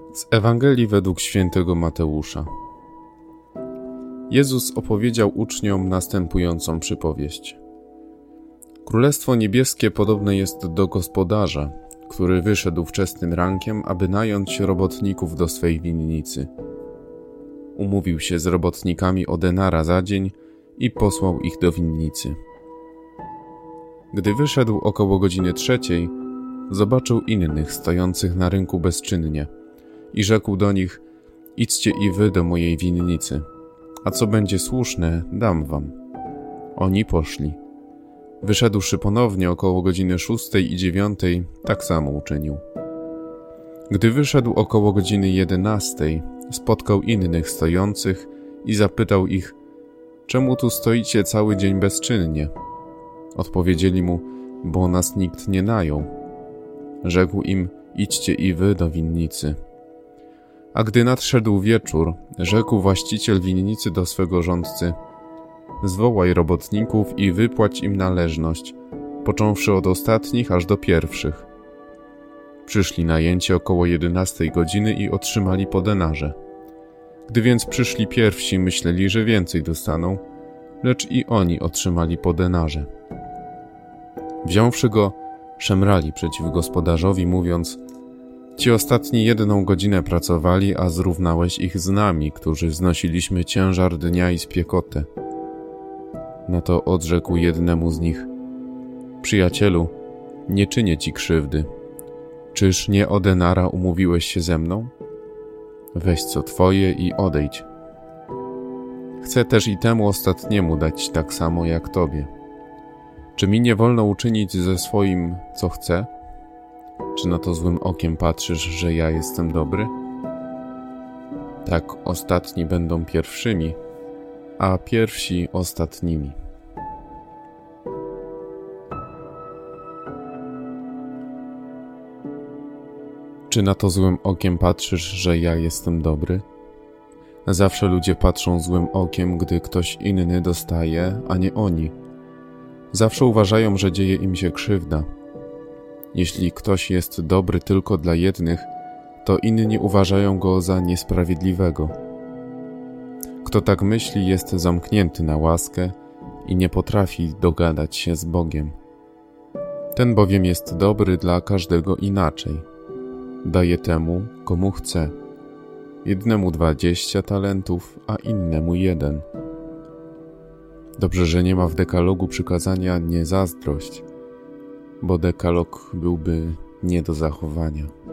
Z Ewangelii według świętego Mateusza. Jezus opowiedział uczniom następującą przypowieść. Królestwo niebieskie podobne jest do gospodarza, który wyszedł wczesnym rankiem, aby nająć robotników do swej winnicy. Umówił się z robotnikami o denara za dzień i posłał ich do winnicy. Gdy wyszedł około godziny 3, zobaczył innych stojących na rynku bezczynnie i rzekł do nich: idźcie i wy do mojej winnicy, a co będzie słuszne, dam wam. Oni poszli. Wyszedłszy ponownie około godziny 6 i 9, tak samo uczynił. Gdy wyszedł około godziny 11, spotkał innych stojących i zapytał ich: czemu tu stoicie cały dzień bezczynnie? Odpowiedzieli mu: bo nas nikt nie najął. Rzekł im: idźcie i wy do winnicy. A gdy nadszedł wieczór, rzekł właściciel winnicy do swego rządcy: zwołaj robotników i wypłać im należność, począwszy od ostatnich aż do pierwszych. Przyszli najęci około 11 godziny i otrzymali po denarze. Gdy więc przyszli pierwsi, myśleli, że więcej dostaną, lecz i oni otrzymali po denarze. Wziąwszy go, szemrali przeciw gospodarzowi, mówiąc: ci ostatni 1 godzinę pracowali, a zrównałeś ich z nami, którzy znosiliśmy ciężar dnia i spiekotę. Na to odrzekł jednemu z nich: przyjacielu, nie czynię ci krzywdy. Czyż nie o denara umówiłeś się ze mną? Weź co twoje i odejdź. Chcę też i temu ostatniemu dać tak samo jak tobie. Czy mi nie wolno uczynić ze swoim, co chcę? Czy na to złym okiem patrzysz, że ja jestem dobry? Tak ostatni będą pierwszymi, a pierwsi ostatnimi. Czy na to złym okiem patrzysz, że ja jestem dobry? Zawsze ludzie patrzą złym okiem, gdy ktoś inny dostaje, a nie oni. Zawsze uważają, że dzieje im się krzywda. Jeśli ktoś jest dobry tylko dla jednych, to inni uważają go za niesprawiedliwego. Kto tak myśli, jest zamknięty na łaskę i nie potrafi dogadać się z Bogiem. Ten bowiem jest dobry dla każdego inaczej. Daje temu, komu chce. Jednemu 20 talentów, a innemu 1. Dobrze, że nie ma w dekalogu przykazania nie zazdrość, bo dekalog byłby nie do zachowania.